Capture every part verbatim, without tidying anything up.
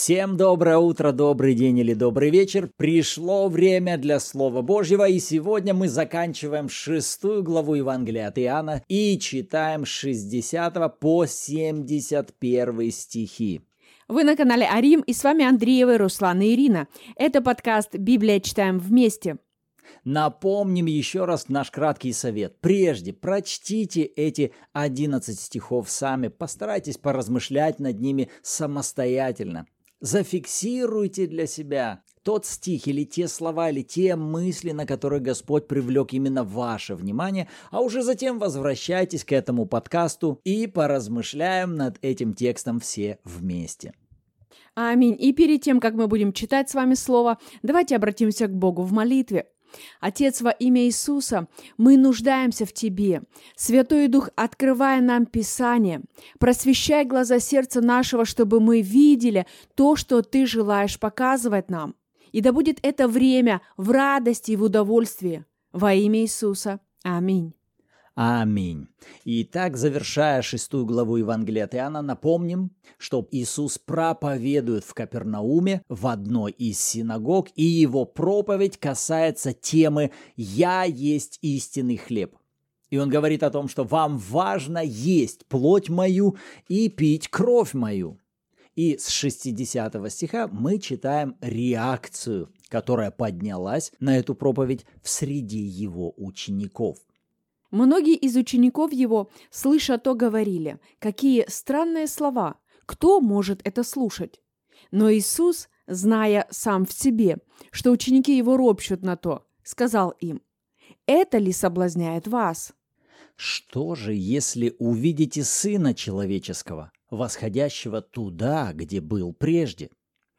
Всем доброе утро, добрый день или добрый вечер. Пришло время для Слова Божьего, и сегодня мы заканчиваем шестую главу Евангелия от Иоанна и читаем с шестидесятого по семьдесят первый стихи. Вы на канале Арим, и с вами Андреева, Руслан и Ирина. Это подкаст «Библия. Читаем вместе». Напомним еще раз наш краткий совет. Прежде прочтите эти одиннадцать стихов сами, постарайтесь поразмышлять над ними самостоятельно. Зафиксируйте для себя тот стих или те слова, или те мысли, на которые Господь привлек именно ваше внимание, а уже затем возвращайтесь к этому подкасту и поразмышляем над этим текстом все вместе. Аминь. И перед тем, как мы будем читать с вами Слово, давайте обратимся к Богу в молитве. Отец, во имя Иисуса, мы нуждаемся в Тебе. Святой Дух, открывай нам Писание, просвещай глаза сердца нашего, чтобы мы видели то, что Ты желаешь показывать нам. И да будет это время в радости и в удовольствии. Во имя Иисуса. Аминь. Аминь. Итак, завершая шестую главу Евангелия от Иоанна, напомним, что Иисус проповедует в Капернауме в одной из синагог, и его проповедь касается темы «Я есть истинный хлеб». И он говорит о том, что вам важно есть плоть мою и пить кровь мою. И с шестидесятого стиха мы читаем реакцию, которая поднялась на эту проповедь в среде его учеников. Многие из учеников его, слыша то, говорили: «Какие странные слова! Кто может это слушать?» Но Иисус, зная сам в себе, что ученики его ропщут на то, сказал им: «Это ли соблазняет вас?» Что же, если увидите Сына Человеческого, восходящего туда, где был прежде?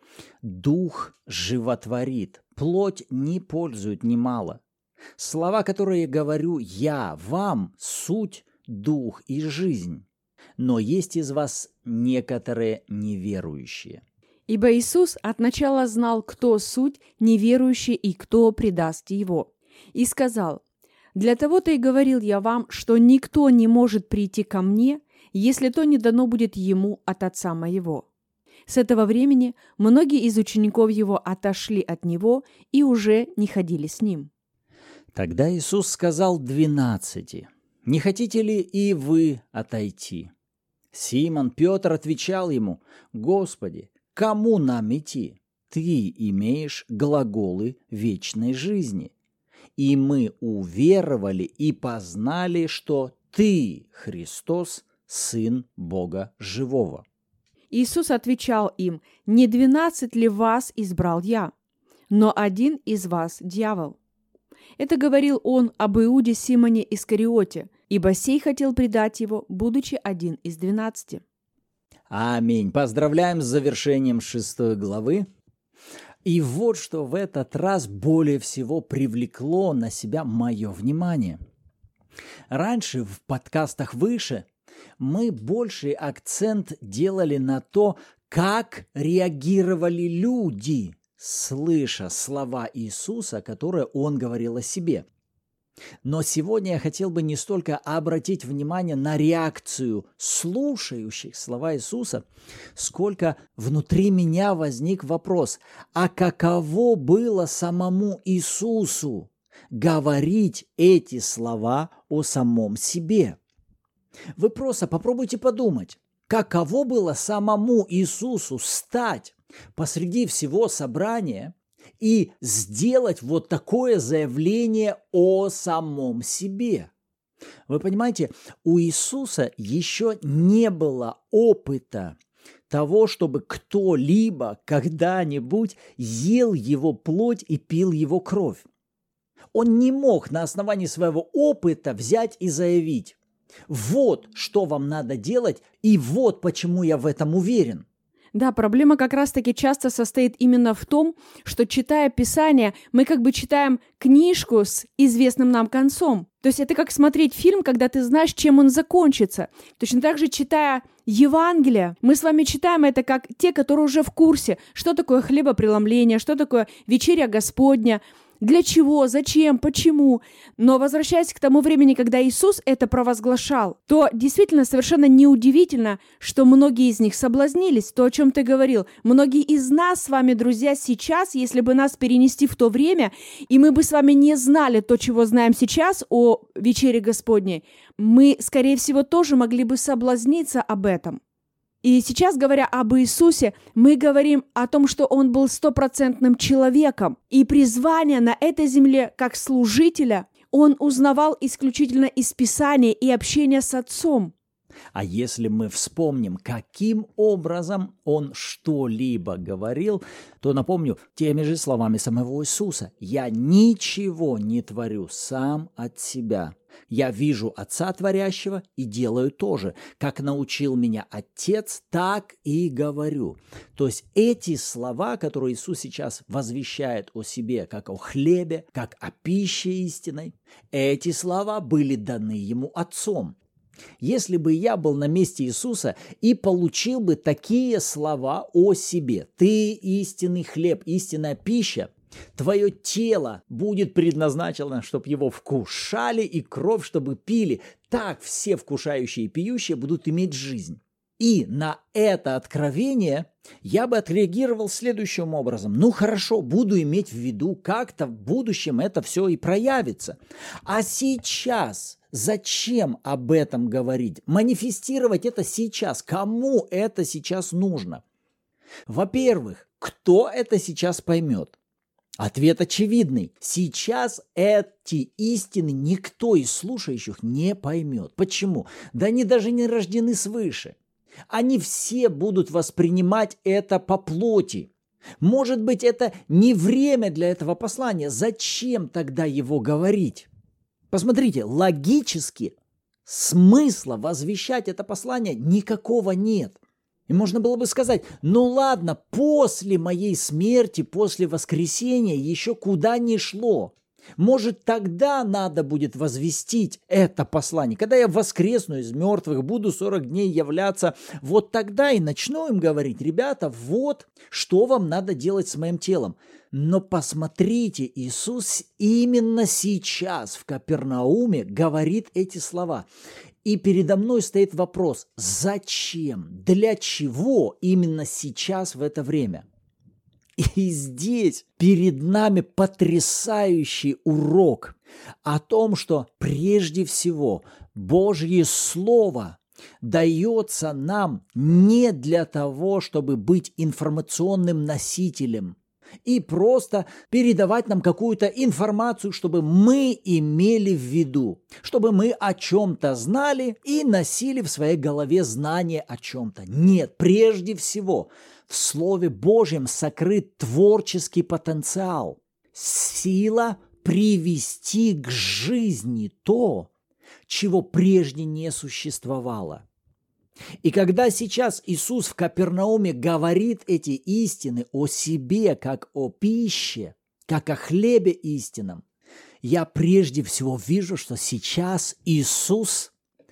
Дух животворит, плоть не пользует немало. Слова, которые говорю я вам, суть, дух и жизнь. Но есть из вас некоторые неверующие. Ибо Иисус от начала знал, кто суть неверующий и кто предаст его. И сказал: «Для того-то и говорил я вам, что никто не может прийти ко мне, если то не дано будет ему от Отца моего». С этого времени многие из учеников его отошли от него и уже не ходили с ним. Тогда Иисус сказал двенадцати: «Не хотите ли и вы отойти?» Симон Петр отвечал ему: «Господи, кому нам идти? Ты имеешь глаголы вечной жизни. И мы уверовали и познали, что Ты, Христос, Сын Бога Живого». Иисус отвечал им: «Не двенадцать ли вас избрал я? Но один из вас – дьявол». Это говорил он об Иуде Симоне Искариоте, ибо сей хотел предать его, будучи один из двенадцати. Аминь. Поздравляем с завершением шестой главы. И вот что в этот раз более всего привлекло на себя мое внимание. Раньше в подкастах выше мы больший акцент делали на то, как реагировали люди, слыша слова Иисуса, которые Он говорил о себе. Но сегодня я хотел бы не столько обратить внимание на реакцию слушающих слова Иисуса, сколько внутри меня возник вопрос: а каково было самому Иисусу говорить эти слова о самом себе? Вы просто попробуйте подумать, каково было самому Иисусу стать посреди всего собрания и сделать вот такое заявление о самом себе. Вы понимаете, у Иисуса еще не было опыта того, чтобы кто-либо когда-нибудь ел его плоть и пил его кровь. Он не мог на основании своего опыта взять и заявить: вот что вам надо делать, и вот почему я в этом уверен. Да, проблема как раз-таки часто состоит именно в том, что, читая Писание, мы как бы читаем книжку с известным нам концом. То есть это как смотреть фильм, когда ты знаешь, чем он закончится. Точно так же, читая Евангелие, мы с вами читаем это как те, которые уже в курсе, что такое хлебопреломление, что такое вечеря Господня, Для чего? Зачем? Почему? Но возвращаясь к тому времени, когда Иисус это провозглашал, то действительно совершенно неудивительно, что многие из них соблазнились. То, о чем ты говорил. Многие из нас с вами, друзья, сейчас, если бы нас перенести в то время, и мы бы с вами не знали то, чего знаем сейчас о вечере Господней, мы, скорее всего, тоже могли бы соблазниться об этом. И сейчас, говоря об Иисусе, мы говорим о том, что Он был стопроцентным человеком. И призвание на этой земле как служителя Он узнавал исключительно из Писания и общения с Отцом. А если мы вспомним, каким образом Он что-либо говорил, то напомню теми же словами самого Иисуса: «Я ничего не творю сам от себя. Я вижу Отца творящего и делаю то же. Как научил меня Отец, так и говорю». То есть эти слова, которые Иисус сейчас возвещает о себе, как о хлебе, как о пище истинной, эти слова были даны Ему Отцом. Если бы я был на месте Иисуса и получил бы такие слова о себе: «Ты истинный хлеб, истинная пища», твое тело будет предназначено, чтобы его вкушали, и кровь, чтобы пили. Так все вкушающие и пьющие будут иметь жизнь. И на это откровение я бы отреагировал следующим образом. Ну хорошо, буду иметь в виду, как-то в будущем это все и проявится. А сейчас зачем об этом говорить? Манифестировать это сейчас. Кому это сейчас нужно? Во-первых, кто это сейчас поймет? Ответ очевидный. Сейчас эти истины никто из слушающих не поймет. Почему? Да они даже не рождены свыше. Они все будут воспринимать это по плоти. Может быть, это не время для этого послания. Зачем тогда его говорить? Посмотрите, логически смысла возвещать это послание никакого нет. И можно было бы сказать: ну ладно, после моей смерти, после воскресения еще куда ни шло. Может, тогда надо будет возвестить это послание. Когда я воскресну из мертвых, буду сорок дней являться, вот тогда и начну им говорить: ребята, вот что вам надо делать с моим телом. Но посмотрите, Иисус именно сейчас в Капернауме говорит эти слова. И передо мной стоит вопрос: зачем, для чего именно сейчас в это время? И здесь перед нами потрясающий урок о том, что прежде всего Божье Слово дается нам не для того, чтобы быть информационным носителем и просто передавать нам какую-то информацию, чтобы мы имели в виду, чтобы мы о чем-то знали и носили в своей голове знание о чем-то. Нет, прежде всего в Слове Божьем сокрыт творческий потенциал, сила привести к жизни то, чего прежде не существовало. И когда сейчас Иисус в Капернауме говорит эти истины о себе, как о пище, как о хлебе истинном, я прежде всего вижу, что сейчас Иисус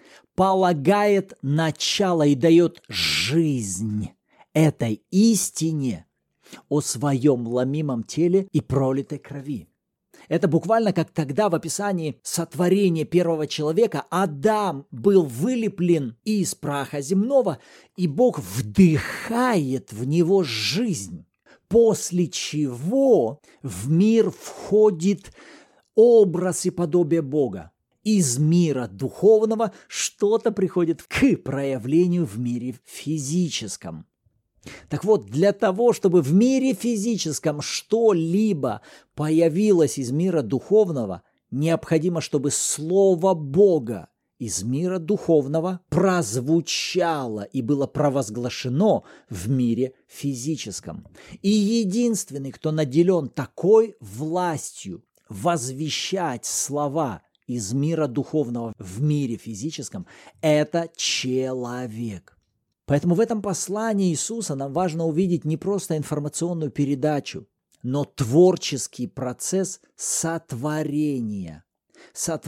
полагает начало и дает жизнь этой истине о своем ломимом теле и пролитой крови. Это буквально как тогда в описании сотворения первого человека Адам был вылеплен из праха земного, и Бог вдыхает в него жизнь, после чего в мир входит образ и подобие Бога. Из мира духовного что-то приходит к проявлению в мире физическом. Так вот, для того, чтобы в мире физическом что-либо появилось из мира духовного, необходимо, чтобы Слово Бога из мира духовного прозвучало и было провозглашено в мире физическом. И единственный, кто наделен такой властью возвещать слова из мира духовного в мире физическом, это человек. Поэтому в этом послании Иисуса нам важно увидеть не просто информационную передачу, но творческий процесс сотворения.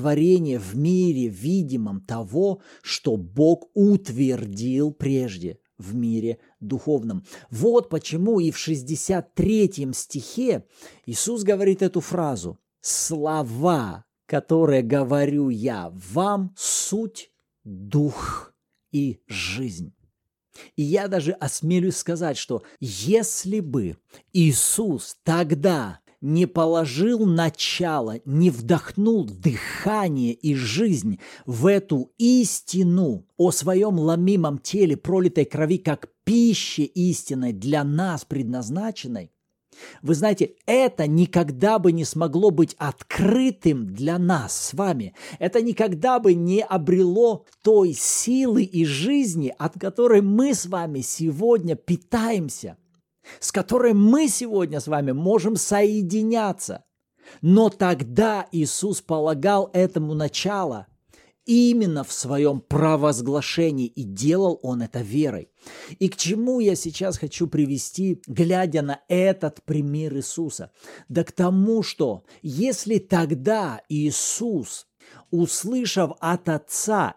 Сотворение в мире видимом того, что Бог утвердил прежде в мире духовном. Вот почему и в шестьдесят третьем стихе Иисус говорит эту фразу: «Слова, которые говорю я вам, суть дух и жизнь». И я даже осмелюсь сказать, что если бы Иисус тогда не положил начало, не вдохнул дыхание и жизнь в эту истину о своем ломимом теле, пролитой крови, как пище истинной для нас предназначенной, вы знаете, это никогда бы не смогло быть открытым для нас с вами. Это никогда бы не обрело той силы и жизни, от которой мы с вами сегодня питаемся, с которой мы сегодня с вами можем соединяться. Но тогда Иисус полагал этому начало именно в своем провозглашении, и делал Он это верой. И к чему я сейчас хочу привести, глядя на этот пример Иисуса? Да к тому, что если тогда Иисус, услышав от Отца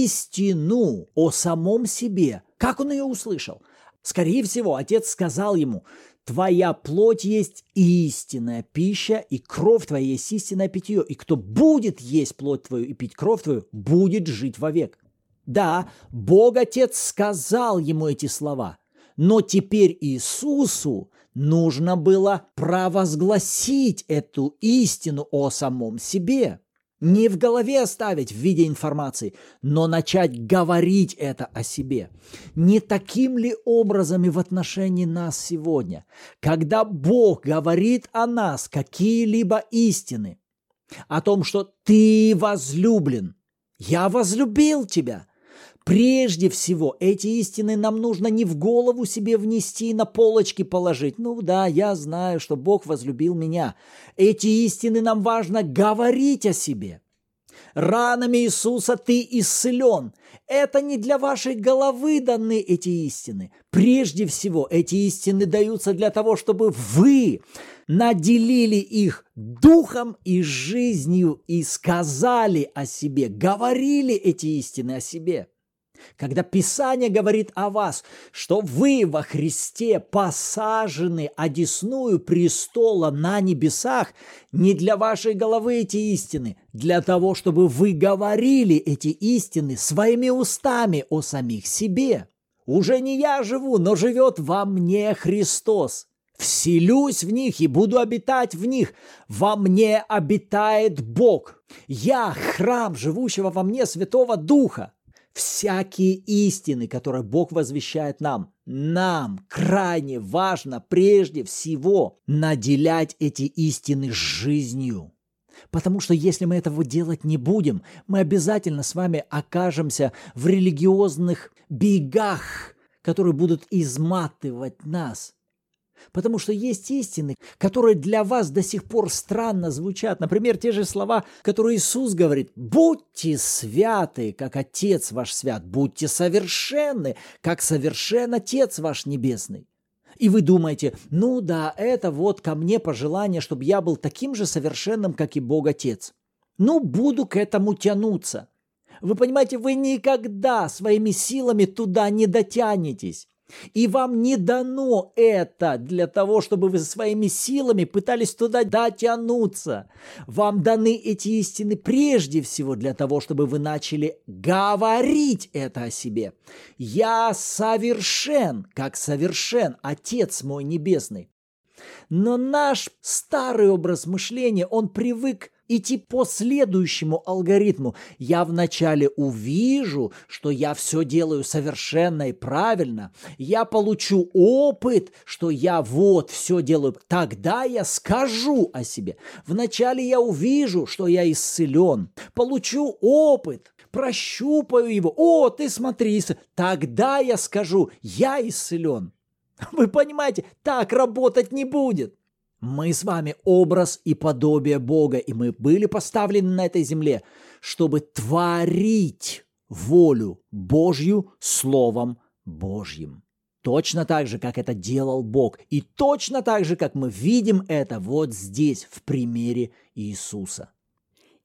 истину о самом себе, как Он ее услышал? Скорее всего, Отец сказал ему: «Твоя плоть есть истинная пища, и кровь твоя есть истинное питье, и кто будет есть плоть твою и пить кровь твою, будет жить вовек». Да, Бог Отец сказал ему эти слова, но теперь Иисусу нужно было провозгласить эту истину о самом себе. Не в голове оставить в виде информации, но начать говорить это о себе. Не таким ли образом и в отношении нас сегодня, когда Бог говорит о нас какие-либо истины, о том, что ты возлюблен, я возлюбил тебя. Прежде всего, эти истины нам нужно не в голову себе внести и на полочки положить. Ну да, я знаю, что Бог возлюбил меня. Эти истины нам важно говорить о себе. Ранами Иисуса ты исцелен. Это не для вашей головы даны эти истины. Прежде всего, эти истины даются для того, чтобы вы наделили их духом и жизнью и сказали о себе, говорили эти истины о себе. Когда Писание говорит о вас, что вы во Христе посажены одесную престола на небесах, не для вашей головы эти истины, для того, чтобы вы говорили эти истины своими устами о самих себе. Уже не я живу, но живет во мне Христос. Вселюсь в них и буду обитать в них. Во мне обитает Бог. Я храм живущего во мне Святого Духа. Всякие истины, которые Бог возвещает нам, нам крайне важно прежде всего наделять эти истины жизнью. Потому что если мы этого делать не будем, мы обязательно с вами окажемся в религиозных бегах, которые будут изматывать нас. Потому что есть истины, которые для вас до сих пор странно звучат. Например, те же слова, которые Иисус говорит: «Будьте святы, как Отец ваш свят, будьте совершенны, как совершен Отец ваш небесный». И вы думаете: ну да, это вот ко мне пожелание, чтобы я был таким же совершенным, как и Бог Отец. Ну, буду к этому тянуться. Вы понимаете, вы никогда своими силами туда не дотянетесь. И вам не дано это для того, чтобы вы своими силами пытались туда дотянуться. Вам даны эти истины прежде всего для того, чтобы вы начали говорить это о себе. Я совершен, как совершен Отец мой Небесный. Но наш старый образ мышления, он привык идти по следующему алгоритму. Я вначале увижу, что я все делаю совершенно и правильно. Я получу опыт, что я вот все делаю. Тогда я скажу о себе. Вначале я увижу, что я исцелен. Получу опыт, прощупаю его. О, ты смотри, тогда я скажу, я исцелен. Вы понимаете, так работать не будет. Мы с вами образ и подобие Бога, и мы были поставлены на этой земле, чтобы творить волю Божью Словом Божьим. Точно так же, как это делал Бог, и точно так же, как мы видим это вот здесь, в примере Иисуса.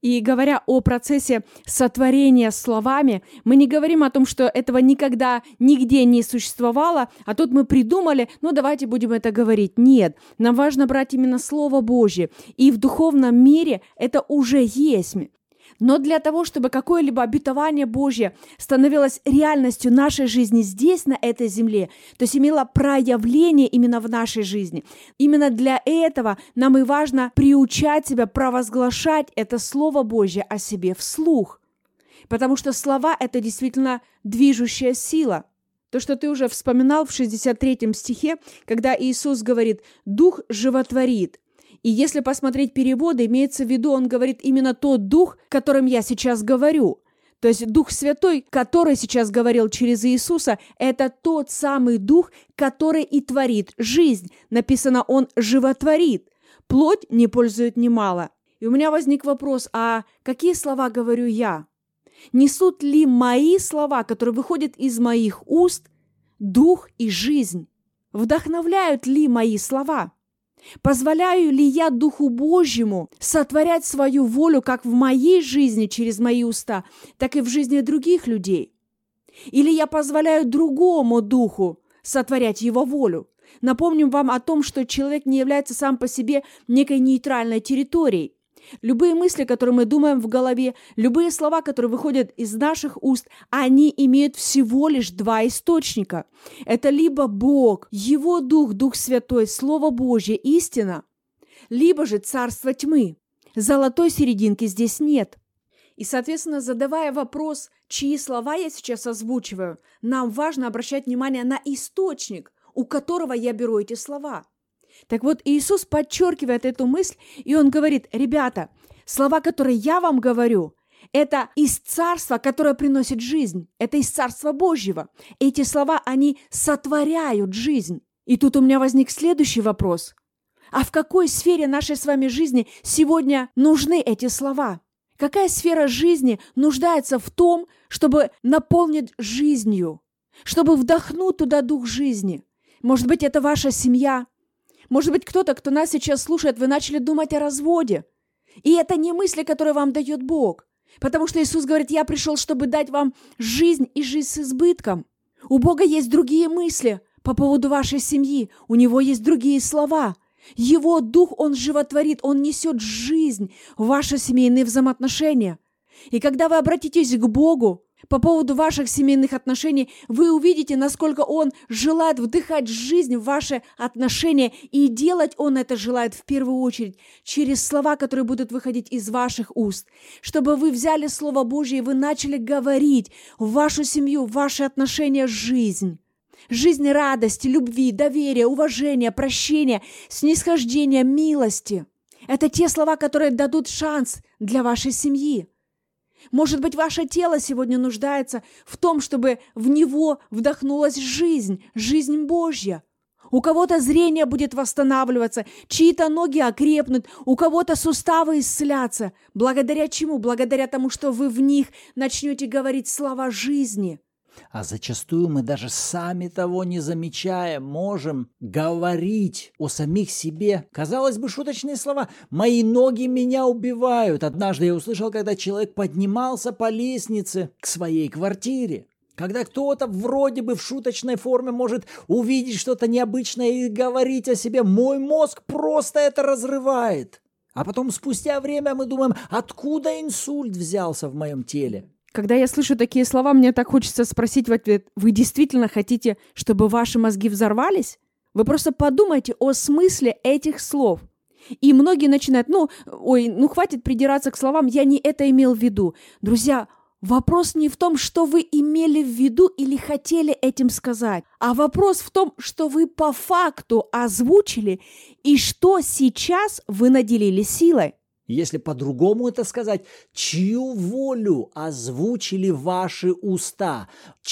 И говоря о процессе сотворения словами, мы не говорим о том, что этого никогда нигде не существовало, а тут мы придумали, ну давайте будем это говорить. Нет, нам важно брать именно Слово Божье, и в духовном мире это уже есть. Но для того, чтобы какое-либо обетование Божье становилось реальностью нашей жизни здесь, на этой земле, то есть имело проявление именно в нашей жизни, именно для этого нам и важно приучать себя провозглашать это Слово Божье о себе вслух. Потому что слова – это действительно движущая сила. То, что ты уже вспоминал в шестьдесят третьем стихе, когда Иисус говорит «Дух животворит». И если посмотреть переводы, имеется в виду, он говорит именно тот Дух, которым я сейчас говорю. То есть Дух Святой, который сейчас говорил через Иисуса, это тот самый Дух, который и творит жизнь. Написано, он животворит. Плоть не пользует немало. И у меня возник вопрос, а какие слова говорю я? Несут ли мои слова, которые выходят из моих уст, дух и жизнь? Вдохновляют ли мои слова? Позволяю ли я Духу Божьему сотворять свою волю как в моей жизни через мои уста, так и в жизни других людей? Или я позволяю другому Духу сотворять его волю? Напомним вам о том, что человек не является сам по себе некой нейтральной территорией. Любые мысли, которые мы думаем в голове, любые слова, которые выходят из наших уст, они имеют всего лишь два источника. Это либо Бог, Его Дух, Дух Святой, Слово Божье, истина, либо же царство тьмы. Золотой серединки здесь нет. И, соответственно, задавая вопрос, чьи слова я сейчас озвучиваю, нам важно обращать внимание на источник, у которого я беру эти слова. Так вот, Иисус подчеркивает эту мысль, и Он говорит, ребята, слова, которые я вам говорю, это из царства, которое приносит жизнь, это из царства Божьего. Эти слова, они сотворяют жизнь. И тут у меня возник следующий вопрос. А в какой сфере нашей с вами жизни сегодня нужны эти слова? Какая сфера жизни нуждается в том, чтобы наполнить жизнью, чтобы вдохнуть туда дух жизни? Может быть, это ваша семья? Может быть, кто-то, кто нас сейчас слушает, вы начали думать о разводе. И это не мысли, которые вам дает Бог. Потому что Иисус говорит, я пришел, чтобы дать вам жизнь и жизнь с избытком. У Бога есть другие мысли по поводу вашей семьи. У Него есть другие слова. Его Дух, Он животворит, Он несет жизнь в ваши семейные взаимоотношения. И когда вы обратитесь к Богу по поводу ваших семейных отношений, вы увидите, насколько Он желает вдыхать жизнь в ваши отношения, и делать Он это желает в первую очередь через слова, которые будут выходить из ваших уст, чтобы вы взяли Слово Божье и вы начали говорить в вашу семью, в ваши отношения жизнь. Жизнь радости, любви, доверия, уважения, прощения, снисхождения, милости. Это те слова, которые дадут шанс для вашей семьи. Может быть, ваше тело сегодня нуждается в том, чтобы в него вдохнулась жизнь, жизнь Божья. У кого-то зрение будет восстанавливаться, чьи-то ноги окрепнут, у кого-то суставы исцелятся. Благодаря чему? Благодаря тому, что вы в них начнете говорить слова жизни. А зачастую мы даже сами того не замечая можем говорить о самих себе. Казалось бы, шуточные слова. «Мои ноги меня убивают». Однажды я услышал, когда человек поднимался по лестнице к своей квартире. Когда кто-то вроде бы в шуточной форме может увидеть что-то необычное и говорить о себе, мой мозг просто это разрывает. А потом спустя время мы думаем, откуда инсульт взялся в моем теле? Когда я слышу такие слова, мне так хочется спросить в ответ, вы действительно хотите, чтобы ваши мозги взорвались? Вы просто подумайте о смысле этих слов. И многие начинают, ну, ой, ну хватит придираться к словам, я не это имел в виду. Друзья, вопрос не в том, что вы имели в виду или хотели этим сказать, а вопрос в том, что вы по факту озвучили и что сейчас вы наделили силой. Если по-другому это сказать, чью волю озвучили ваши уста,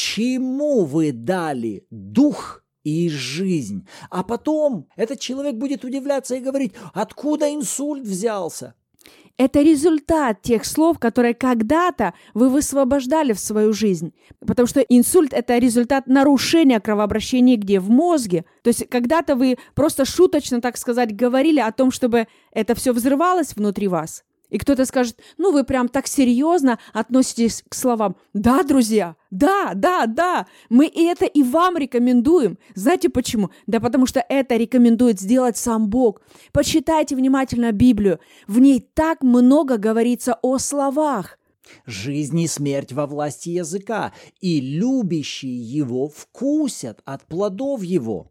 чему вы дали дух и жизнь. А потом этот человек будет удивляться и говорить, откуда инсульт взялся. Это результат тех слов, которые когда-то вы высвобождали в свою жизнь. Потому что инсульт – это результат нарушения кровообращения где? В мозге. То есть когда-то вы просто шуточно, так сказать, говорили о том, чтобы это все взрывалось внутри вас. И кто-то скажет, ну вы прям так серьезно относитесь к словам. Да, друзья, да, да, да, мы это и вам рекомендуем. Знаете почему? Да потому что это рекомендует сделать сам Бог. Почитайте внимательно Библию. В ней так много говорится о словах. Жизнь и смерть во власти языка, и любящие его вкусят от плодов его.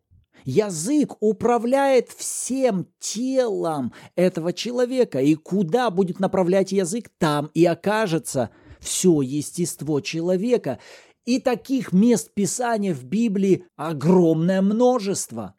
Язык управляет всем телом этого человека, и куда будет направлять язык, там и окажется все естество человека. И таких мест Писания в Библии огромное множество.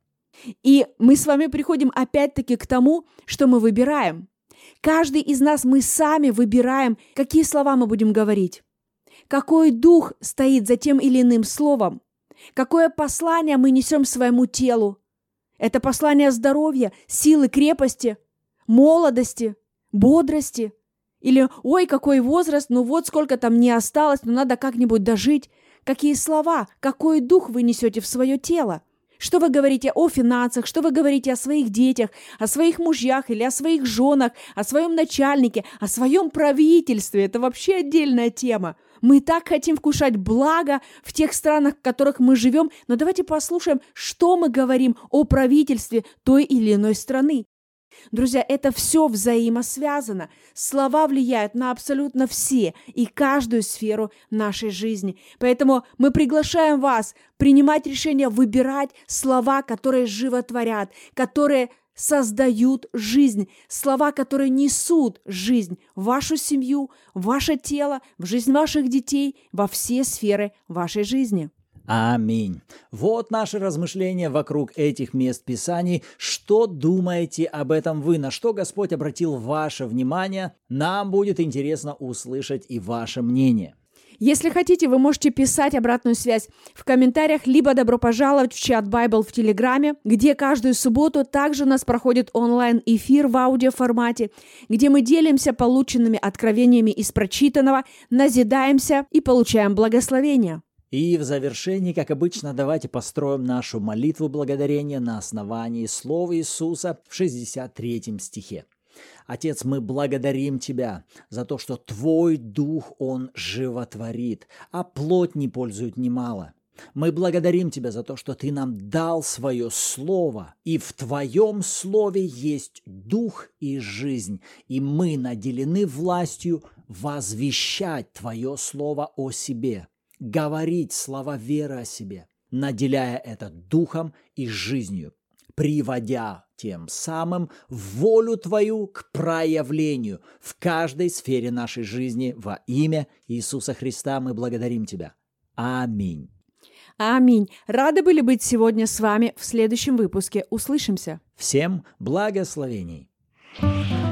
И мы с вами приходим опять-таки к тому, что мы выбираем. Каждый из нас, мы сами выбираем, какие слова мы будем говорить. Какой дух стоит за тем или иным словом. Какое послание мы несем своему телу? Это послание здоровья, силы, крепости, молодости, бодрости? Или «Ой, какой возраст, ну вот сколько там не осталось, но надо как-нибудь дожить». Какие слова, какой дух вы несете в свое тело? Что вы говорите о финансах, что вы говорите о своих детях, о своих мужьях или о своих женах, о своем начальнике, о своем правительстве? Это вообще отдельная тема. Мы так хотим вкушать благо в тех странах, в которых мы живем, но давайте послушаем, что мы говорим о правительстве той или иной страны. Друзья, это все взаимосвязано. Слова влияют на абсолютно все и каждую сферу нашей жизни. Поэтому мы приглашаем вас принимать решение выбирать слова, которые животворят, которые создают жизнь, слова, которые несут жизнь в вашу семью, в ваше тело, в жизнь ваших детей, во все сферы вашей жизни. Аминь. Вот наши размышления вокруг этих мест Писаний. Что думаете об этом вы? На что Господь обратил ваше внимание? Нам будет интересно услышать и ваше мнение. Если хотите, вы можете писать обратную связь в комментариях, либо добро пожаловать в чат Bible в Телеграме, где каждую субботу также у нас проходит онлайн-эфир в аудиоформате, где мы делимся полученными откровениями из прочитанного, назидаемся и получаем благословение. И в завершении, как обычно, давайте построим нашу молитву благодарения на основании слова Иисуса в шестьдесят третьем стихе. Отец, мы благодарим Тебя за то, что Твой Дух, Он животворит, а плоть не пользует немало. Мы благодарим Тебя за то, что Ты нам дал Свое Слово, и в Твоем Слове есть Дух и жизнь, и мы наделены властью возвещать Твое Слово о себе, говорить слова веры о себе, наделяя это Духом и жизнью, приводя тем самым волю Твою к проявлению в каждой сфере нашей жизни. Во имя Иисуса Христа мы благодарим Тебя. Аминь. Аминь. Рады были быть сегодня с вами в следующем выпуске. Услышимся. Всем благословений.